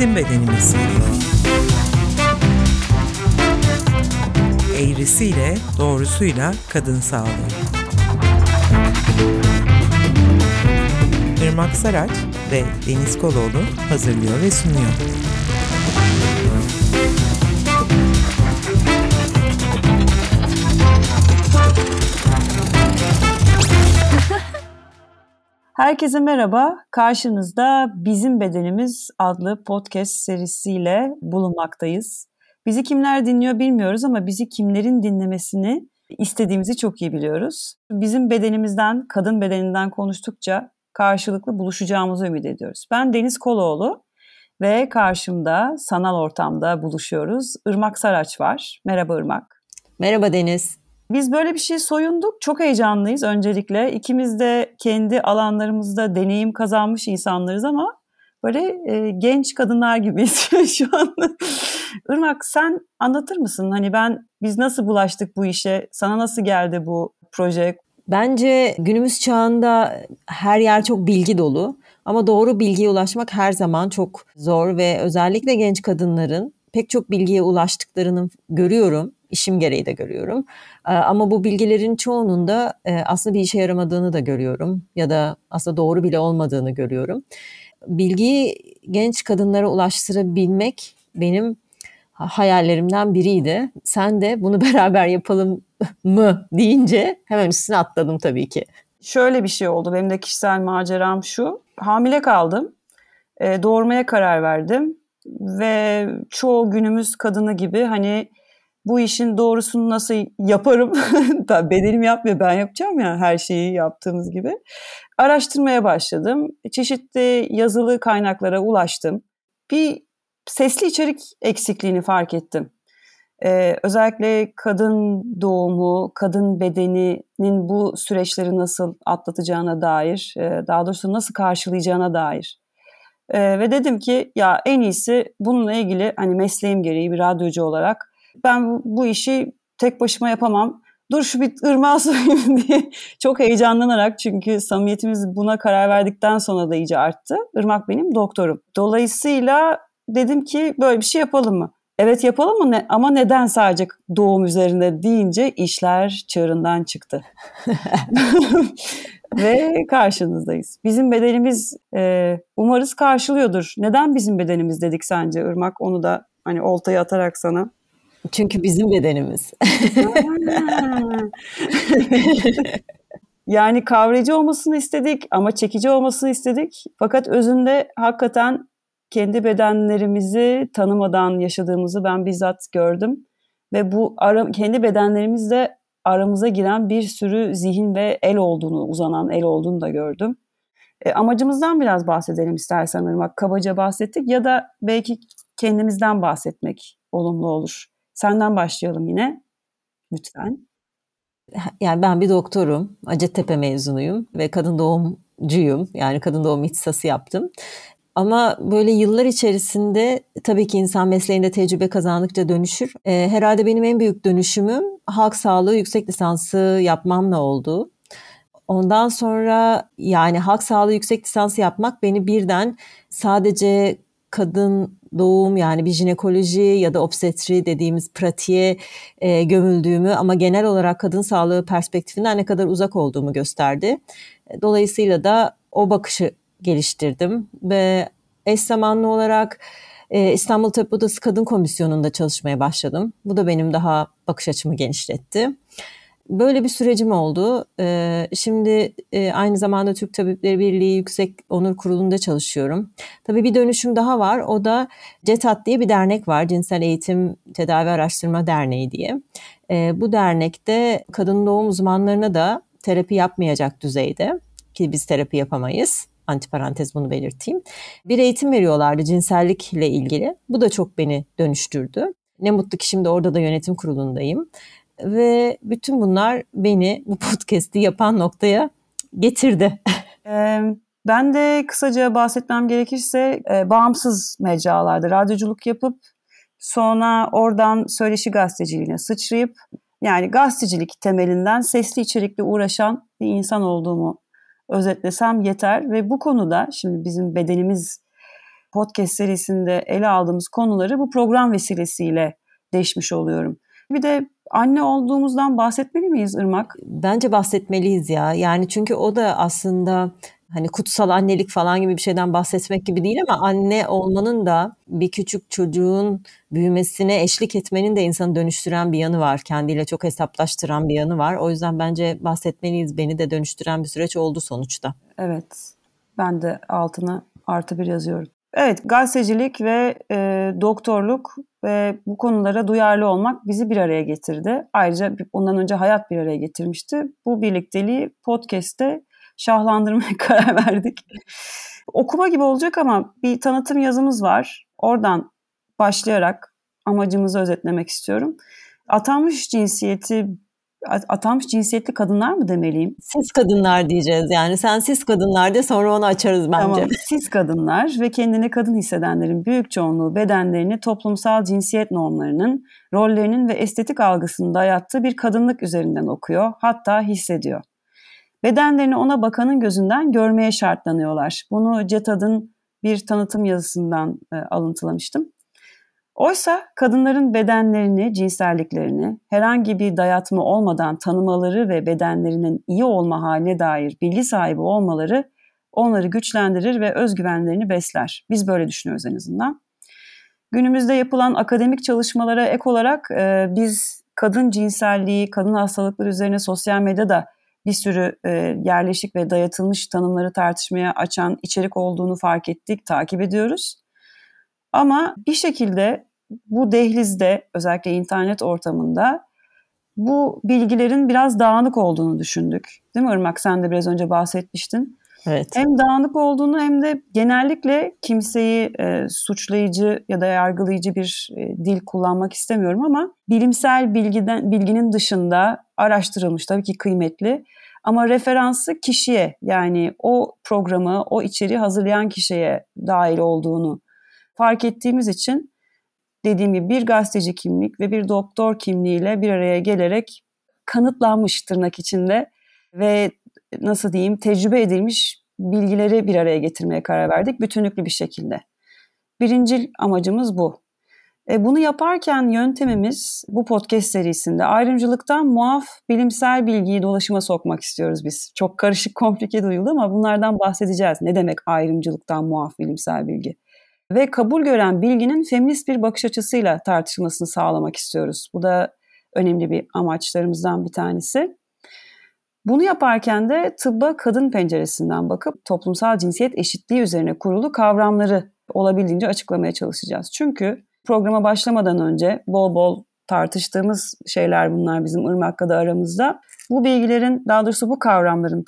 Bizim bedenimiz. Eğrisiyle, doğrusuyla kadın sağlığı. Irmak Saraç ve Deniz Koloğlu hazırlıyor ve sunuyor. Herkese merhaba. Karşınızda Bizim Bedenimiz adlı podcast serisiyle bulunmaktayız. Bizi kimler dinliyor bilmiyoruz ama bizi kimlerin dinlemesini istediğimizi çok iyi biliyoruz. Bizim bedenimizden, kadın bedeninden konuştukça karşılıklı buluşacağımızı ümit ediyoruz. Ben Deniz Koloğlu ve karşımda sanal ortamda buluşuyoruz. Irmak Saraç var. Merhaba Irmak. Merhaba Deniz. Biz böyle bir şey soyunduk. Çok heyecanlıyız öncelikle. İkimiz de kendi alanlarımızda deneyim kazanmış insanlarız ama böyle genç kadınlar gibiyiz şu an. Irmak, sen anlatır mısın? Biz nasıl bulaştık bu işe? Sana nasıl geldi bu proje? Bence günümüz çağında her yer çok bilgi dolu ama doğru bilgiye ulaşmak her zaman çok zor ve özellikle genç kadınların pek çok bilgiye ulaştıklarını görüyorum. İşim gereği de görüyorum. Ama bu bilgilerin çoğunun da aslında bir işe yaramadığını da görüyorum ya da aslında doğru bile olmadığını görüyorum. Bilgiyi genç kadınlara ulaştırabilmek benim hayallerimden biriydi. Sen de bunu beraber yapalım mı deyince hemen üstüne atladım tabii ki. Şöyle bir şey oldu. Benim de kişisel maceram şu. Hamile kaldım. Doğurmaya karar verdim. Ve çoğu günümüz kadını gibi bu işin doğrusunu nasıl yaparım? Bedenim yapmıyor, ben yapacağım ya her şeyi yaptığımız gibi. Araştırmaya başladım. Çeşitli yazılı kaynaklara ulaştım. Bir sesli içerik eksikliğini fark ettim. Özellikle kadın doğumu, kadın bedeninin bu süreçleri nasıl atlatacağına dair, daha doğrusu nasıl karşılayacağına dair. Ve dedim ki ya en iyisi bununla ilgili mesleğim gereği bir radyocu olarak ben bu işi tek başıma yapamam. Dur şu bir Irmak'a sorayım diye çok heyecanlanarak, çünkü samimiyetimiz buna karar verdikten sonra da iyice arttı. Irmak benim doktorum. Dolayısıyla dedim ki böyle bir şey yapalım mı? Evet yapalım mı? Ama neden sadece doğum üzerinde deyince işler çığırından çıktı. Ve karşınızdayız. Bizim bedenimiz umarız karşılıyordur. Neden bizim bedenimiz dedik sence Irmak? Onu da oltayı atarak sana. Çünkü bizim bedenimiz. Yani kavrayıcı olmasını istedik ama çekici olmasını istedik. Fakat özünde hakikaten kendi bedenlerimizi tanımadan yaşadığımızı ben bizzat gördüm. Ve bu kendi bedenlerimizle aramıza giren bir sürü zihin ve uzanan el olduğunu da gördüm. Amacımızdan biraz bahsedelim istersen Irmak. Kabaca bahsettik ya da belki kendimizden bahsetmek olumlu olur. Senden başlayalım yine, lütfen. Yani ben bir doktorum, Hacettepe mezunuyum ve kadın doğumcuyum. Yani kadın doğum ihtisası yaptım. Ama böyle yıllar içerisinde tabii ki insan mesleğinde tecrübe kazandıkça dönüşür. Herhalde benim en büyük dönüşümüm halk sağlığı yüksek lisansı yapmamla oldu. Ondan sonra yani halk sağlığı yüksek lisansı yapmak beni birden sadece kadın doğum yani bir jinekoloji ya da obstetri dediğimiz pratiğe gömüldüğümü ama genel olarak kadın sağlığı perspektifinden ne kadar uzak olduğumu gösterdi. Dolayısıyla da o bakışı geliştirdim ve eş zamanlı olarak İstanbul Tabip Odası Kadın Komisyonu'nda çalışmaya başladım. Bu da benim daha bakış açımı genişletti. Böyle bir sürecim oldu. Şimdi aynı zamanda Türk Tabipleri Birliği Yüksek Onur Kurulu'nda çalışıyorum. Tabii bir dönüşüm daha var. O da CETAT diye bir dernek var. Cinsel Eğitim Tedavi Araştırma Derneği diye. Bu dernekte kadın doğum uzmanlarına da terapi yapmayacak düzeyde, ki biz terapi yapamayız, antiparantez bunu belirteyim, bir eğitim veriyorlardı cinsellikle ilgili. Bu da çok beni dönüştürdü. Ne mutlu ki şimdi orada da yönetim kurulundayım. Ve bütün bunlar beni bu podcast'i yapan noktaya getirdi. Ben de kısaca bahsetmem gerekirse bağımsız mecralarda radyoculuk yapıp sonra oradan söyleşi gazeteciliğine sıçrayıp yani gazetecilik temelinden sesli içerikle uğraşan bir insan olduğumu özetlesem yeter. Ve bu konuda şimdi bizim bedenimiz podcast serisinde ele aldığımız konuları bu program vesilesiyle deşmiş oluyorum. Bir de anne olduğumuzdan bahsetmeli miyiz Irmak? Bence bahsetmeliyiz ya. Yani çünkü o da aslında hani kutsal annelik falan gibi bir şeyden bahsetmek gibi değil ama anne olmanın da bir küçük çocuğun büyümesine eşlik etmenin de insanı dönüştüren bir yanı var. Kendiyle çok hesaplaştıran bir yanı var. O yüzden bence bahsetmeliyiz. Beni de dönüştüren bir süreç oldu sonuçta. Evet, ben de altına +1 yazıyorum. Evet, gazetecilik ve doktorluk ve bu konulara duyarlı olmak bizi bir araya getirdi. Ayrıca ondan önce hayat bir araya getirmişti. Bu birlikteliği podcast'te şahlandırmaya karar verdik. Okuma gibi olacak ama bir tanıtım yazımız var. Oradan başlayarak amacımızı özetlemek istiyorum. Atanmış cinsiyetli kadınlar mı demeliyim? Siz kadınlar diyeceğiz yani. Sen siz kadınlar de sonra onu açarız bence. Tamam. Siz kadınlar ve kendini kadın hissedenlerin büyük çoğunluğu bedenlerini toplumsal cinsiyet normlarının, rollerinin ve estetik algısının dayattığı bir kadınlık üzerinden okuyor, hatta hissediyor. Bedenlerini ona bakanın gözünden görmeye şartlanıyorlar. Bunu Cetad'ın bir tanıtım yazısından alıntılamıştım. Oysa kadınların bedenlerini, cinselliklerini herhangi bir dayatma olmadan tanımaları ve bedenlerinin iyi olma haline dair bilgi sahibi olmaları onları güçlendirir ve özgüvenlerini besler. Biz böyle düşünüyoruz en azından. Günümüzde yapılan akademik çalışmalara ek olarak biz kadın cinselliği, kadın hastalıkları üzerine sosyal medyada bir sürü yerleşik ve dayatılmış tanımları tartışmaya açan içerik olduğunu fark ettik, takip ediyoruz. Ama bir şekilde bu dehlizde, özellikle internet ortamında bu bilgilerin biraz dağınık olduğunu düşündük. Değil mi Irmak? Sen de biraz önce bahsetmiştin. Evet. Hem dağınık olduğunu hem de genellikle kimseyi suçlayıcı ya da yargılayıcı bir dil kullanmak istemiyorum ama bilimsel bilginin dışında araştırılmış, tabii ki kıymetli ama referansı kişiye, yani o programı, o içeriği hazırlayan kişiye dahil olduğunu fark ettiğimiz için dediğim gibi bir gazeteci kimlik ve bir doktor kimliğiyle bir araya gelerek kanıtlanmış tırnak içinde ve nasıl diyeyim tecrübe edilmiş bilgileri bir araya getirmeye karar verdik bütünlüklü bir şekilde. Birincil amacımız bu. Bunu yaparken yöntemimiz bu podcast serisinde ayrımcılıktan muaf bilimsel bilgiyi dolaşıma sokmak istiyoruz biz. Çok karışık, komplike duyuldu ama bunlardan bahsedeceğiz. Ne demek ayrımcılıktan muaf bilimsel bilgi? Ve kabul gören bilginin feminist bir bakış açısıyla tartışılmasını sağlamak istiyoruz. Bu da önemli bir amaçlarımızdan bir tanesi. Bunu yaparken de tıbba kadın penceresinden bakıp toplumsal cinsiyet eşitliği üzerine kurulu kavramları olabildiğince açıklamaya çalışacağız. Çünkü programa başlamadan önce bol bol tartıştığımız şeyler bunlar bizim Irmak'la da aramızda. Bu bilgilerin, daha doğrusu bu kavramların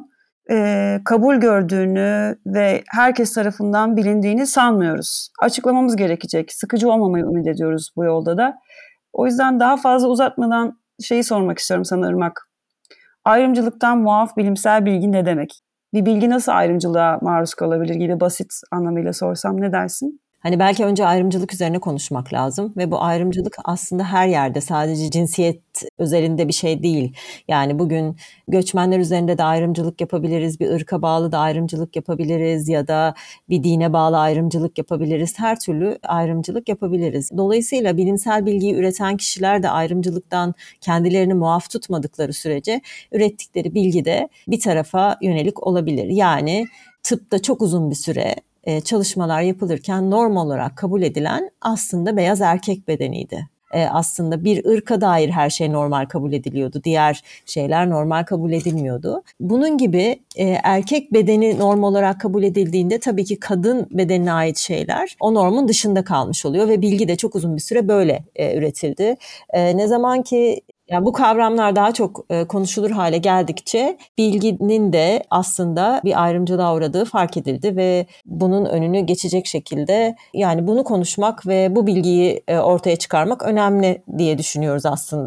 kabul gördüğünü ve herkes tarafından bilindiğini sanmıyoruz. Açıklamamız gerekecek. Sıkıcı olmamayı ümit ediyoruz bu yolda da. O yüzden daha fazla uzatmadan şeyi sormak istiyorum sana Irmak. Ayrımcılıktan muaf bilimsel bilgi ne demek? Bir bilgi nasıl ayrımcılığa maruz kalabilir gibi basit anlamıyla sorsam ne dersin? Hani belki önce ayrımcılık üzerine konuşmak lazım ve bu ayrımcılık aslında her yerde, sadece cinsiyet özelinde bir şey değil. Yani bugün göçmenler üzerinde de ayrımcılık yapabiliriz, bir ırka bağlı da ayrımcılık yapabiliriz ya da bir dine bağlı ayrımcılık yapabiliriz. Her türlü ayrımcılık yapabiliriz. Dolayısıyla bilimsel bilgiyi üreten kişiler de ayrımcılıktan kendilerini muaf tutmadıkları sürece ürettikleri bilgi de bir tarafa yönelik olabilir. Yani tıpta çok uzun bir süre çalışmalar yapılırken norm olarak kabul edilen aslında beyaz erkek bedeniydi. Aslında bir ırka dair her şey normal kabul ediliyordu. Diğer şeyler normal kabul edilmiyordu. Bunun gibi erkek bedeni norm olarak kabul edildiğinde tabii ki kadın bedenine ait şeyler o normun dışında kalmış oluyor ve bilgi de çok uzun bir süre böyle üretildi. Ne zaman ki yani bu kavramlar daha çok konuşulur hale geldikçe bilginin de aslında bir ayrımcılığa uğradığı fark edildi ve bunun önünü geçecek şekilde yani bunu konuşmak ve bu bilgiyi ortaya çıkarmak önemli diye düşünüyoruz aslında.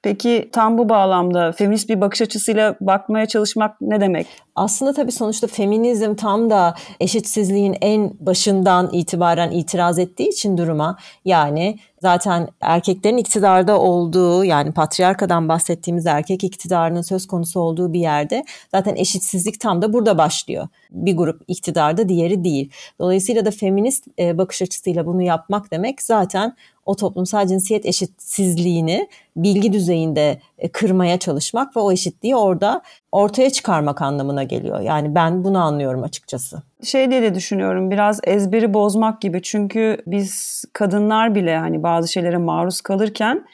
Peki tam bu bağlamda feminist bir bakış açısıyla bakmaya çalışmak ne demek? Aslında tabii sonuçta feminizm tam da eşitsizliğin en başından itibaren itiraz ettiği için duruma, yani zaten erkeklerin iktidarda olduğu, yani patriarkadan bahsettiğimiz erkek iktidarının söz konusu olduğu bir yerde zaten eşitsizlik tam da burada başlıyor. Bir grup iktidarda, diğeri değil. Dolayısıyla da feminist bakış açısıyla bunu yapmak demek zaten o toplumsal cinsiyet eşitsizliğini bilgi düzeyinde kırmaya çalışmak ve o eşitliği orada ortaya çıkarmak anlamına geliyor. Yani ben bunu anlıyorum açıkçası. Şey diye de düşünüyorum, biraz ezberi bozmak gibi. Çünkü biz kadınlar bile hani bazı şeylere maruz kalırken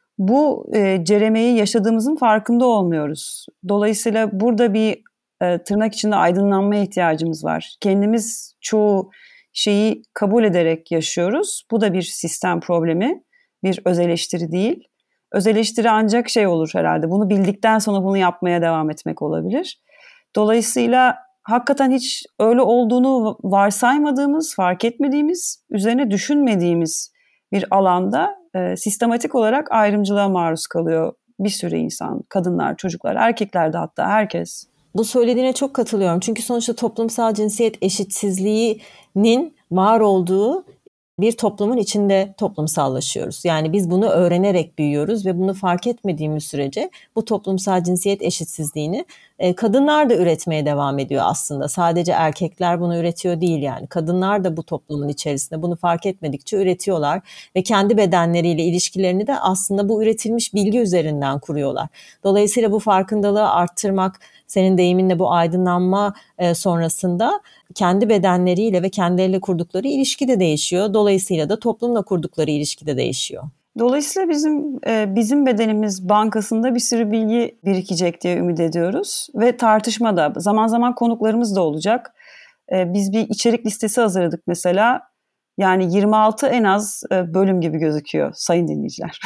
bu ceremeyi yaşadığımızın farkında olmuyoruz. Dolayısıyla burada bir tırnak içinde aydınlanmaya ihtiyacımız var. Kendimiz çoğu şeyi kabul ederek yaşıyoruz. Bu da bir sistem problemi, bir öz eleştiri değil. Öz eleştiri ancak şey olur herhalde, bunu bildikten sonra bunu yapmaya devam etmek olabilir. Dolayısıyla hakikaten hiç öyle olduğunu varsaymadığımız, fark etmediğimiz, üzerine düşünmediğimiz bir alanda sistematik olarak ayrımcılığa maruz kalıyor bir sürü insan, kadınlar, çocuklar, erkekler de, hatta herkes. Bu söylediğine çok katılıyorum. Çünkü sonuçta toplumsal cinsiyet eşitsizliğinin var olduğu bir toplumun içinde toplumsallaşıyoruz. Yani biz bunu öğrenerek büyüyoruz ve bunu fark etmediğimiz sürece bu toplumsal cinsiyet eşitsizliğini kadınlar da üretmeye devam ediyor aslında. Sadece erkekler bunu üretiyor değil yani. Kadınlar da bu toplumun içerisinde bunu fark etmedikçe üretiyorlar ve kendi bedenleriyle ilişkilerini de aslında bu üretilmiş bilgi üzerinden kuruyorlar. Dolayısıyla bu farkındalığı arttırmak, senin deyiminle bu aydınlanma sonrasında kendi bedenleriyle ve kendileriyle kurdukları ilişki de değişiyor. Dolayısıyla da toplumla kurdukları ilişki de değişiyor. Dolayısıyla bizim bedenimiz bankasında bir sürü bilgi birikecek diye ümit ediyoruz. Ve tartışmada zaman zaman konuklarımız da olacak. Biz bir içerik listesi hazırladık mesela. Yani 26 en az bölüm gibi gözüküyor sayın dinleyiciler.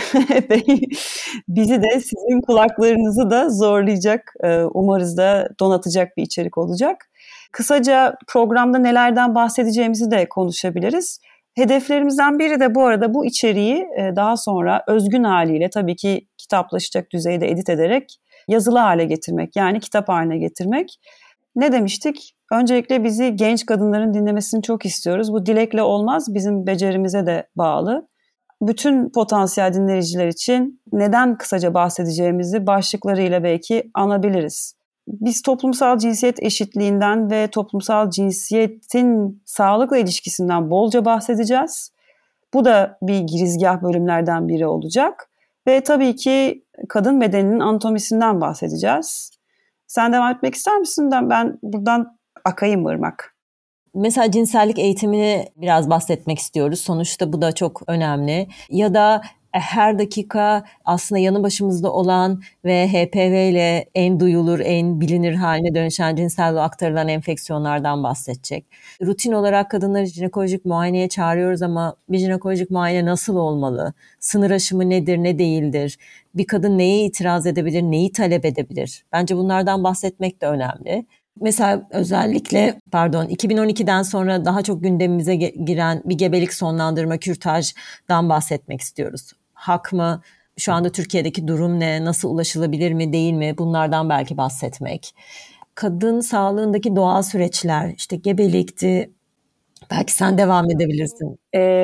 Bizi de, sizin kulaklarınızı da zorlayacak, umarız da donatacak bir içerik olacak. Kısaca programda nelerden bahsedeceğimizi de konuşabiliriz. Hedeflerimizden biri de bu arada bu içeriği daha sonra özgün haliyle, tabii ki kitaplaşacak düzeyde edit ederek yazılı hale getirmek, yani kitap haline getirmek. Ne demiştik? Öncelikle bizi genç kadınların dinlemesini çok istiyoruz. Bu dilekle olmaz, bizim becerimize de bağlı. Bütün potansiyel dinleyiciler için neden kısaca bahsedeceğimizi başlıklarıyla belki anabiliriz. Biz toplumsal cinsiyet eşitliğinden ve toplumsal cinsiyetin sağlıkla ilişkisinden bolca bahsedeceğiz. Bu da bir girizgah bölümlerden biri olacak. Ve tabii ki kadın bedeninin anatomisinden bahsedeceğiz. Sen devam etmek ister misin? Ben buradan akayım Irmak. Mesela cinsellik eğitimini biraz bahsetmek istiyoruz. Sonuçta bu da çok önemli. Ya da her dakika aslında yanı başımızda olan ve HPV ile en duyulur, en bilinir haline dönüşen cinsel yolu aktarılan enfeksiyonlardan bahsedecek. Rutin olarak kadınları jinekolojik muayeneye çağırıyoruz ama bir jinekolojik muayene nasıl olmalı? Sınır aşımı nedir, ne değildir? Bir kadın neye itiraz edebilir, neyi talep edebilir? Bence bunlardan bahsetmek de önemli. Mesela özellikle 2012'den sonra daha çok gündemimize giren bir gebelik sonlandırma, kürtajdan bahsetmek istiyoruz. Hak mı? Şu anda Türkiye'deki durum ne? Nasıl ulaşılabilir mi, değil mi? Bunlardan belki bahsetmek. Kadın sağlığındaki doğal süreçler, işte gebelikti. Belki sen devam edebilirsin.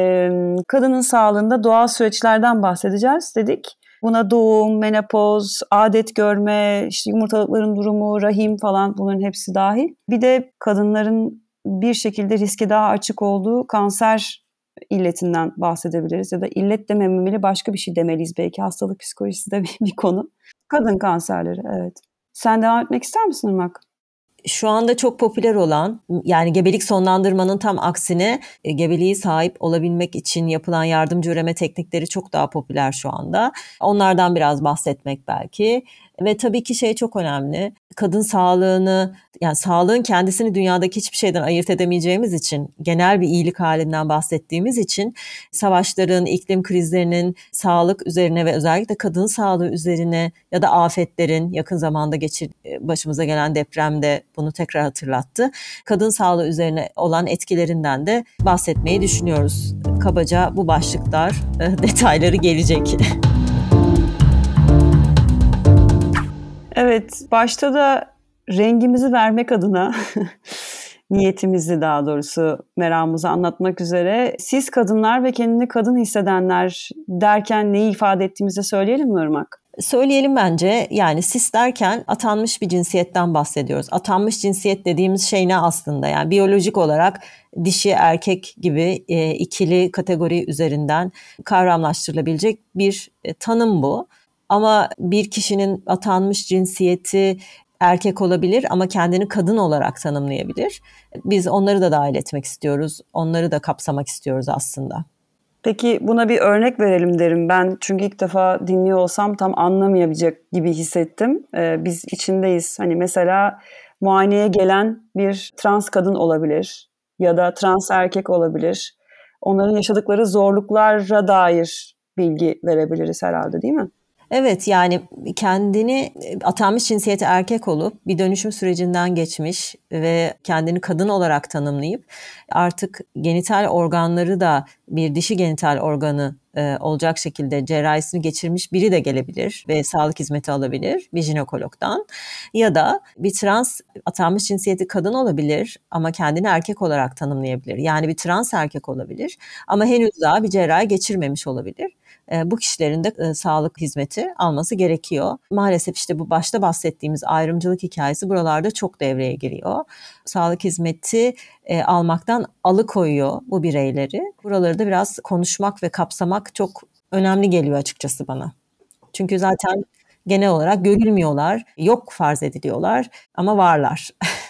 Kadının sağlığında doğal süreçlerden bahsedeceğiz dedik. Buna doğum, menopoz, adet görme, işte yumurtalıkların durumu, rahim falan, bunların hepsi dahil. Bir de kadınların bir şekilde riske daha açık olduğu kanser illetinden bahsedebiliriz. Ya da illet dememeli, başka bir şey demeliyiz belki. Hastalık psikolojisi de bir konu. Kadın kanserleri, evet. Sen devam etmek ister misin Irmak? Şu anda çok popüler olan, yani gebelik sonlandırmanın tam aksine gebeliği sahip olabilmek için yapılan yardımcı üreme teknikleri çok daha popüler şu anda. Onlardan biraz bahsetmek belki. Ve tabii ki şey çok önemli. Kadın sağlığını, yani sağlığın kendisini dünyadaki hiçbir şeyden ayırt edemeyeceğimiz için, genel bir iyilik halinden bahsettiğimiz için savaşların, iklim krizlerinin sağlık üzerine ve özellikle kadın sağlığı üzerine ya da afetlerin, yakın zamanda başımıza gelen depremde bunu tekrar hatırlattı. Kadın sağlığı üzerine olan etkilerinden de bahsetmeyi düşünüyoruz. Kabaca bu başlıklar, detayları gelecek. Evet, başta da rengimizi vermek adına niyetimizi daha doğrusu meramımızı anlatmak üzere siz kadınlar ve kendini kadın hissedenler derken neyi ifade ettiğimizi söyleyelim mi Irmak? Söyleyelim bence. Yani cis derken atanmış bir cinsiyetten bahsediyoruz. Atanmış cinsiyet dediğimiz şey ne aslında? Yani biyolojik olarak dişi erkek gibi ikili kategori üzerinden kavramlaştırılabilecek bir tanım bu. Ama bir kişinin atanmış cinsiyeti erkek olabilir ama kendini kadın olarak tanımlayabilir. Biz onları da dahil etmek istiyoruz. Onları da kapsamak istiyoruz aslında. Peki buna bir örnek verelim derim ben. Çünkü ilk defa dinliyor olsam tam anlamayabilecek gibi hissettim. Biz içindeyiz. Hani mesela muayeneye gelen bir trans kadın olabilir ya da trans erkek olabilir. Onların yaşadıkları zorluklara dair bilgi verebiliriz herhalde, değil mi? Evet, yani kendini atanmış cinsiyeti erkek olup bir dönüşüm sürecinden geçmiş ve kendini kadın olarak tanımlayıp artık genital organları da bir dişi genital organı olacak şekilde cerrahisini geçirmiş biri de gelebilir ve sağlık hizmeti alabilir bir jinekologdan. Ya da bir trans atanmış cinsiyeti kadın olabilir ama kendini erkek olarak tanımlayabilir. Yani bir trans erkek olabilir ama henüz daha bir cerrahi geçirmemiş olabilir. Bu kişilerin de sağlık hizmeti alması gerekiyor. Maalesef işte bu başta bahsettiğimiz ayrımcılık hikayesi buralarda çok devreye giriyor. Sağlık hizmeti almaktan alıkoyuyor bu bireyleri. Buraları da biraz konuşmak ve kapsamak çok önemli geliyor açıkçası bana. Çünkü zaten genel olarak görülmüyorlar, yok farz ediliyorlar ama varlar.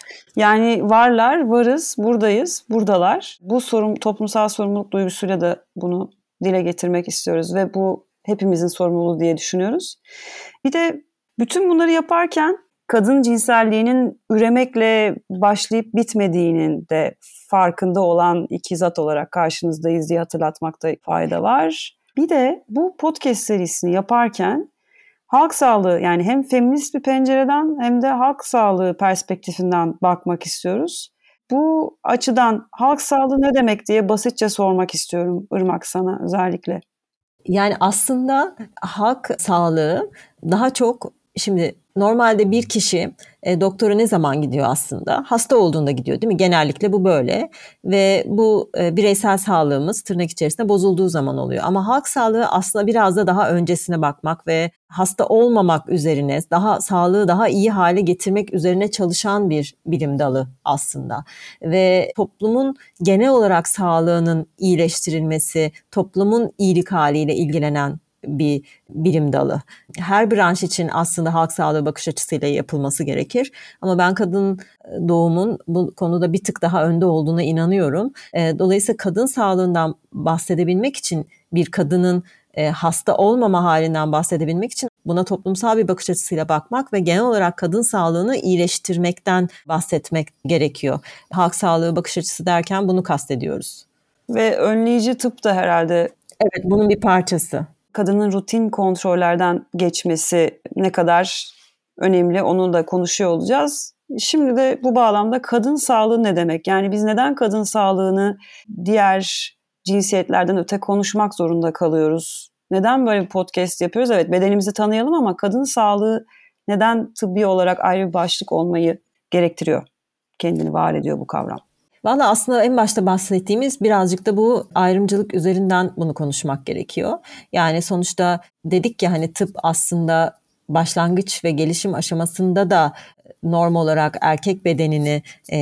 Yani varlar, varız, buradayız, buradalar. Bu toplumsal sorumluluk duygusuyla da bunu dile getirmek istiyoruz ve bu hepimizin sorumluluğu diye düşünüyoruz. Bir de bütün bunları yaparken kadın cinselliğinin üremekle başlayıp bitmediğinin de farkında olan iki zat olarak karşınızdayız diye hatırlatmakta fayda var. Bir de bu podcast serisini yaparken halk sağlığı, yani hem feminist bir pencereden hem de halk sağlığı perspektifinden bakmak istiyoruz. Bu açıdan halk sağlığı ne demek diye basitçe sormak istiyorum Irmak, sana özellikle. Yani aslında halk sağlığı daha çok, şimdi normalde bir kişi doktora ne zaman gidiyor aslında? Hasta olduğunda gidiyor, değil mi? Genellikle bu böyle ve bu bireysel sağlığımız tırnak içerisinde bozulduğu zaman oluyor. Ama halk sağlığı aslında biraz da daha öncesine bakmak ve hasta olmamak üzerine, daha sağlığı daha iyi hale getirmek üzerine çalışan bir bilim dalı aslında. Ve toplumun genel olarak sağlığının iyileştirilmesi, toplumun iyilik haliyle ilgilenen bir bilim dalı. Her branş için aslında halk sağlığı bakış açısıyla yapılması gerekir. Ama ben kadın doğumun bu konuda bir tık daha önde olduğuna inanıyorum. Dolayısıyla kadın sağlığından bahsedebilmek için, bir kadının hasta olmama halinden bahsedebilmek için buna toplumsal bir bakış açısıyla bakmak ve genel olarak kadın sağlığını iyileştirmekten bahsetmek gerekiyor. Halk sağlığı bakış açısı derken bunu kastediyoruz. Ve önleyici tıp da herhalde Evet, bunun bir parçası. kadının rutin kontrollerden geçmesi ne kadar önemli, onu da konuşuyor olacağız. Şimdi de bu bağlamda kadın sağlığı ne demek? Yani biz neden kadın sağlığını diğer cinsiyetlerden öte konuşmak zorunda kalıyoruz? Neden böyle bir podcast yapıyoruz? Evet, bedenimizi tanıyalım ama kadın sağlığı neden tıbbi olarak ayrı bir başlık olmayı gerektiriyor? Kendini var ediyor bu kavram. Valla aslında en başta bahsettiğimiz birazcık da bu ayrımcılık üzerinden bunu konuşmak gerekiyor. Yani sonuçta dedik ki hani tıp aslında başlangıç ve gelişim aşamasında da norm olarak erkek bedenini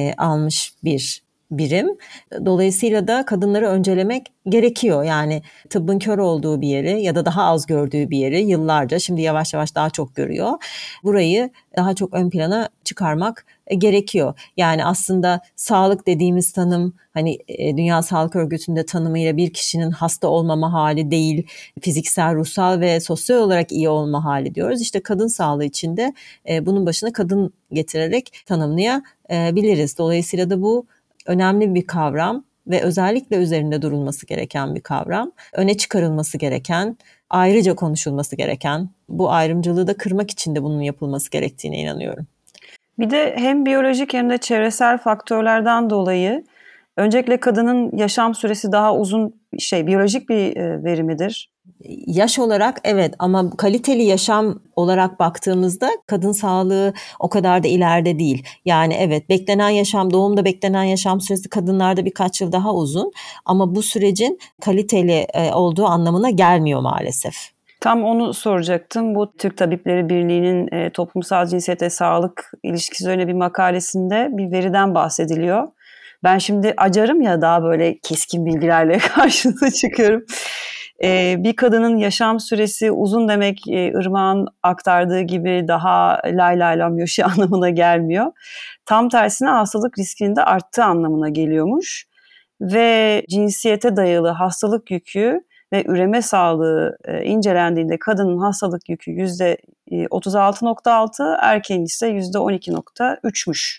almış bir birim. Dolayısıyla da kadınları öncelemek gerekiyor. Yani tıbbın kör olduğu bir yeri ya da daha az gördüğü bir yeri yıllarca, şimdi yavaş yavaş daha çok görüyor. Burayı daha çok ön plana çıkarmak gerekiyor. Yani aslında sağlık dediğimiz tanım, hani Dünya Sağlık Örgütü'nde tanımıyla bir kişinin hasta olmama hali değil, fiziksel, ruhsal ve sosyal olarak iyi olma hali diyoruz. İşte kadın sağlığı için de bunun başına kadın getirerek tanımlayabiliriz. Dolayısıyla da bu önemli bir kavram ve özellikle üzerinde durulması gereken bir kavram. Öne çıkarılması gereken, ayrıca konuşulması gereken, bu ayrımcılığı da kırmak için de bunun yapılması gerektiğine inanıyorum. Bir de hem biyolojik hem de çevresel faktörlerden dolayı öncelikle kadının yaşam süresi daha uzun, biyolojik bir veri midir? Yaş olarak evet, ama kaliteli yaşam olarak baktığımızda kadın sağlığı o kadar da ileride değil. Yani evet, beklenen yaşam, doğumda beklenen yaşam süresi kadınlarda birkaç yıl daha uzun, ama bu sürecin kaliteli olduğu anlamına gelmiyor maalesef. Tam onu soracaktım. Bu Türk Tabipleri Birliği'nin toplumsal cinsiyete sağlık ilişkisi üzerine bir makalesinde bir veriden bahsediliyor. Ben şimdi acarım ya, daha böyle keskin bilgilerle karşınıza çıkıyorum. Bir kadının yaşam süresi uzun demek Irmak'ın aktardığı gibi daha lay lay lam yaşıyor anlamına gelmiyor. Tam tersine hastalık riskinin de arttığı anlamına geliyormuş. Ve cinsiyete dayalı hastalık yükü ve üreme sağlığı incelendiğinde kadının hastalık yükü %36.6, erkeğin ise %12.3'müş.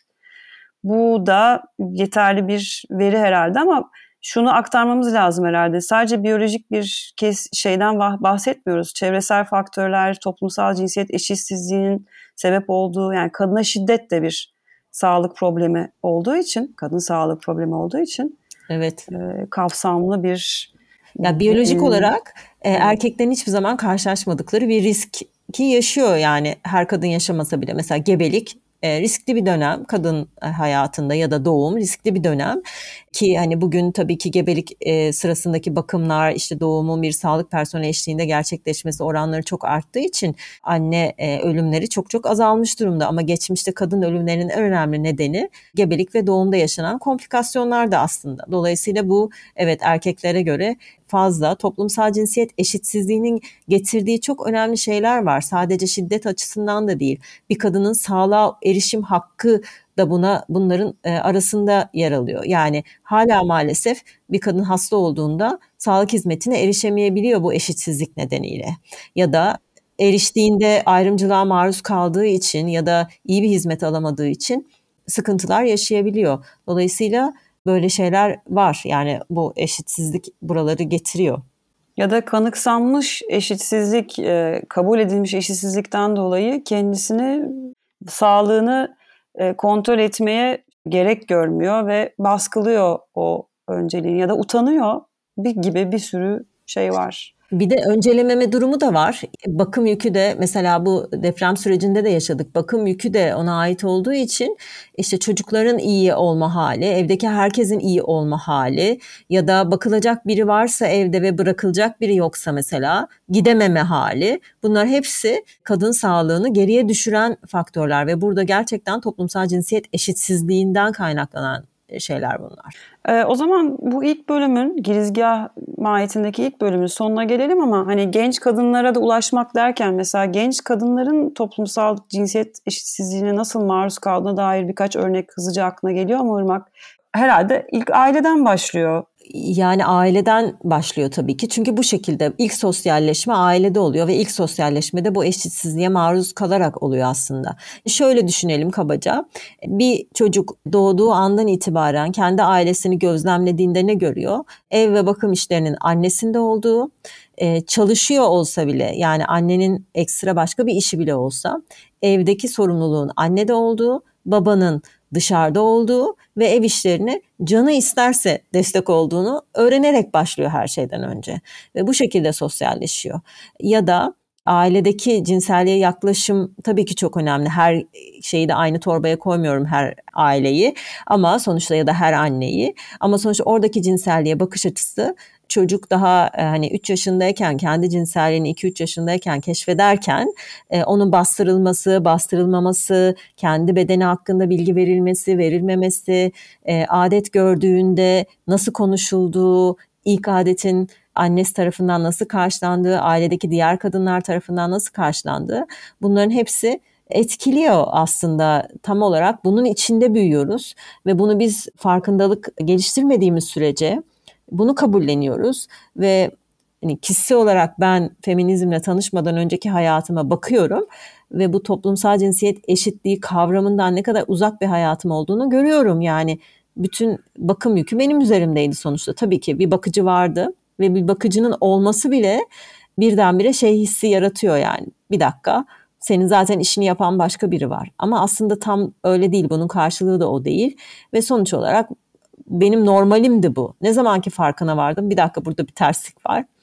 Bu da yeterli bir veri herhalde, ama şunu aktarmamız lazım herhalde. Sadece biyolojik bir şeyden bahsetmiyoruz. Çevresel faktörler, toplumsal cinsiyet eşitsizliğinin sebep olduğu, yani kadına şiddet de bir sağlık problemi olduğu için, kadın sağlık problemi olduğu için Evet. Kapsamlı bir... Ya biyolojik olarak erkeklerin hiçbir zaman karşılaşmadıkları bir riski yaşıyor, yani her kadın yaşamasa bile. Mesela gebelik riskli bir dönem kadın hayatında, ya da doğum riskli bir dönem ki hani bugün tabii ki gebelik sırasındaki bakımlar, işte doğumun bir sağlık personeli eşliğinde gerçekleşmesi oranları çok arttığı için anne ölümleri çok çok azalmış durumda, ama geçmişte kadın ölümlerinin en önemli nedeni gebelik ve doğumda yaşanan komplikasyonlar da aslında. Dolayısıyla bu evet erkeklere göre fazla. Toplumsal cinsiyet eşitsizliğinin getirdiği çok önemli şeyler var. Sadece şiddet açısından da değil. Bir kadının sağlığa erişim hakkı da bunların arasında yer alıyor. Yani hala maalesef bir kadın hasta olduğunda sağlık hizmetine erişemeyebiliyor bu eşitsizlik nedeniyle. Ya da eriştiğinde ayrımcılığa maruz kaldığı için ya da iyi bir hizmet alamadığı için sıkıntılar yaşayabiliyor. Dolayısıyla böyle şeyler var. Yani bu eşitsizlik buraları getiriyor. Ya da kanıksanmış eşitsizlik, kabul edilmiş eşitsizlikten dolayı kendisini, sağlığını kontrol etmeye gerek görmüyor ve baskılıyor o önceliğini, ya da utanıyor gibi bir sürü şey var. Bir de öncelememe durumu da var. Bakım yükü de mesela bu deprem sürecinde de yaşadık. Bakım yükü de ona ait olduğu için işte çocukların iyi olma hali, evdeki herkesin iyi olma hali, ya da bakılacak biri varsa evde ve bırakılacak biri yoksa mesela gidememe hali. Bunlar hepsi kadın sağlığını geriye düşüren faktörler ve burada gerçekten toplumsal cinsiyet eşitsizliğinden kaynaklanan şeyler bunlar. O zaman bu ilk bölümün, girizgah mahiyetindeki ilk bölümün sonuna gelelim, ama hani genç kadınlara da ulaşmak derken mesela genç kadınların toplumsal cinsiyet eşitsizliğine nasıl maruz kaldığına dair birkaç örnek hızlıca aklına geliyor mu Irmak? Herhalde ilk aileden başlıyor. Yani aileden başlıyor tabii ki. Çünkü bu şekilde ilk sosyalleşme ailede oluyor ve ilk sosyalleşmede bu eşitsizliğe maruz kalarak oluyor aslında. Şöyle düşünelim kabaca. Bir çocuk doğduğu andan itibaren kendi ailesini gözlemlediğinde ne görüyor? Ev ve bakım işlerinin annesinde olduğu, çalışıyor olsa bile, yani annenin ekstra başka bir işi bile olsa evdeki sorumluluğun annede olduğu, babanın dışarıda olduğu ve ev işlerini canı isterse destek olduğunu öğrenerek başlıyor her şeyden önce. Ve bu şekilde sosyalleşiyor. Ya da ailedeki cinselliğe yaklaşım tabii ki çok önemli. Her şeyi de aynı torbaya koymuyorum, her aileyi, ama sonuçta, ya da her anneyi. Ama sonuçta oradaki cinselliğe bakış açısı, çocuk daha hani 3 yaşındayken, kendi cinselliğini 2-3 yaşındayken keşfederken onun bastırılması, bastırılmaması, kendi bedeni hakkında bilgi verilmesi, verilmemesi, adet gördüğünde nasıl konuşulduğu, ilk adetin annesi tarafından nasıl karşılandığı, ailedeki diğer kadınlar tarafından nasıl karşılandığı, bunların hepsi etkiliyor aslında. Tam olarak bunun içinde büyüyoruz ve bunu biz farkındalık geliştirmediğimiz sürece bunu kabulleniyoruz ve hani kişisel olarak ben feminizmle tanışmadan önceki hayatıma bakıyorum ve bu toplumsal cinsiyet eşitliği kavramından ne kadar uzak bir hayatım olduğunu görüyorum. Yani bütün bakım yükü benim üzerimdeydi sonuçta. Tabii ki bir bakıcı vardı ve bir bakıcının olması bile birdenbire şey hissi yaratıyor, yani bir dakika, senin zaten işini yapan başka biri var. Ama aslında tam öyle değil, bunun karşılığı da o değil ve sonuç olarak benim normalimdi bu. Ne zamanki farkına vardım, bir dakika burada bir terslik var.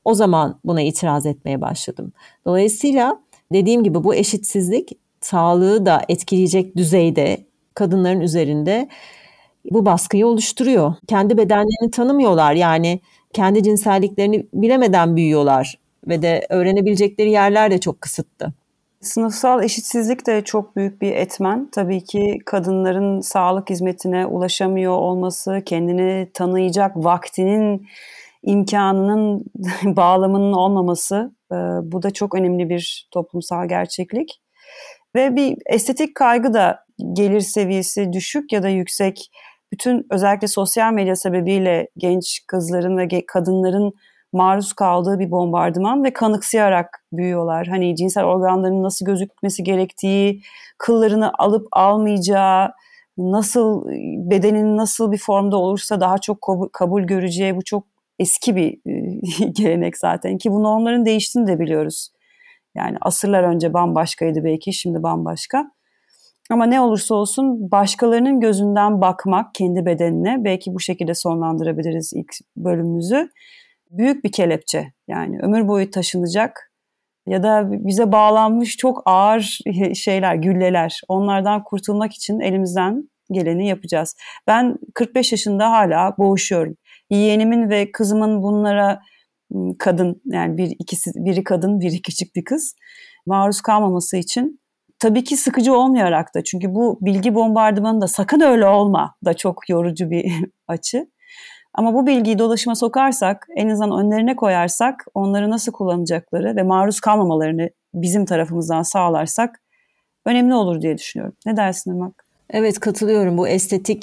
O zaman buna itiraz etmeye başladım. Dolayısıyla dediğim gibi bu eşitsizlik sağlığı da etkileyecek düzeyde kadınların üzerinde bu baskıyı oluşturuyor. Kendi bedenlerini tanımıyorlar, yani kendi cinselliklerini bilemeden büyüyorlar ve de öğrenebilecekleri yerler de çok kısıtlı. Sınıfsal eşitsizlik de çok büyük bir etmen. Tabii ki kadınların sağlık hizmetine ulaşamıyor olması, kendini tanıyacak vaktinin, imkanının, bağlamının olmaması, bu da çok önemli bir toplumsal gerçeklik. Ve bir estetik kaygı da, gelir seviyesi düşük ya da yüksek, bütün özellikle sosyal medya sebebiyle genç kızların ve kadınların maruz kaldığı bir bombardıman ve kanıksayarak büyüyorlar. Hani cinsel organlarının nasıl gözükmesi gerektiği, kıllarını alıp almayacağı, nasıl bedenin nasıl bir formda olursa daha çok kabul göreceği, bu çok eski bir gelenek zaten ki bu normların değiştiğini de biliyoruz. Yani asırlar önce bambaşkaydı belki, şimdi bambaşka. Ama ne olursa olsun başkalarının gözünden bakmak kendi bedenine, belki bu şekilde sonlandırabiliriz ilk bölümümüzü. Büyük bir kelepçe, yani ömür boyu taşınacak ya da bize bağlanmış çok ağır şeyler, gülleler. Onlardan kurtulmak için elimizden geleni yapacağız. Ben 45 yaşında hala boğuşuyorum. Yeğenimin ve kızımın bunlara, kadın yani biri kadın, biri küçük bir kız, maruz kalmaması için, tabii ki sıkıcı olmayarak da, çünkü bu bilgi bombardımanı da sakın öyle olma da çok yorucu bir açı. Ama bu bilgiyi dolaşıma sokarsak, en azından önlerine koyarsak, onları nasıl kullanacakları ve maruz kalmamalarını bizim tarafımızdan sağlarsak önemli olur diye düşünüyorum. Ne dersin Irmak? Evet, katılıyorum. Bu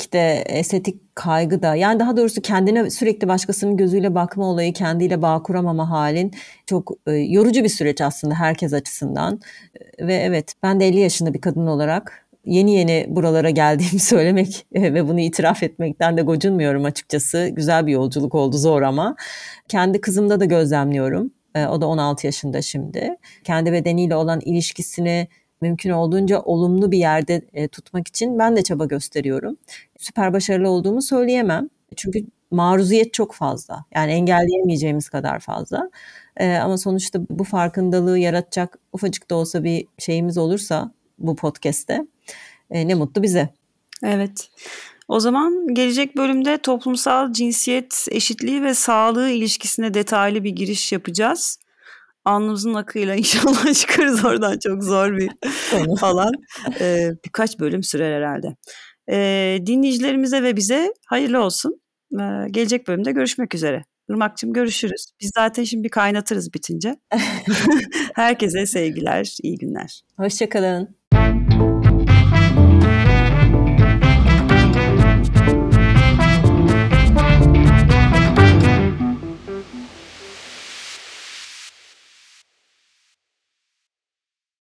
estetik kaygı da, yani daha doğrusu kendine sürekli başkasının gözüyle bakma olayı, kendiyle bağ kuramama halin çok yorucu bir süreç aslında herkes açısından. Ve evet, ben de 50 yaşında bir kadın olarak yeni buralara geldiğimi söylemek ve bunu itiraf etmekten de gocunmuyorum açıkçası. Güzel bir yolculuk oldu, zor ama. Kendi kızımda da gözlemliyorum. O da 16 yaşında şimdi. Kendi bedeniyle olan ilişkisini mümkün olduğunca olumlu bir yerde tutmak için ben de çaba gösteriyorum. Süper başarılı olduğumu söyleyemem. Çünkü maruziyet çok fazla. Yani engelleyemeyeceğimiz kadar fazla. Ama sonuçta bu farkındalığı yaratacak ufacık da olsa bir şeyimiz olursa bu podcast'te ne mutlu bize. Evet. O zaman gelecek bölümde toplumsal cinsiyet eşitliği ve sağlığı ilişkisine detaylı bir giriş yapacağız. Alnımızın akıyla inşallah çıkarız oradan, çok zor bir alan. Birkaç bölüm sürer herhalde. Dinleyicilerimize ve bize hayırlı olsun. Gelecek bölümde görüşmek üzere. Irmak'cığım, görüşürüz. Biz zaten şimdi bir kaynatırız bitince. Herkese sevgiler, iyi günler. Hoşça kalın.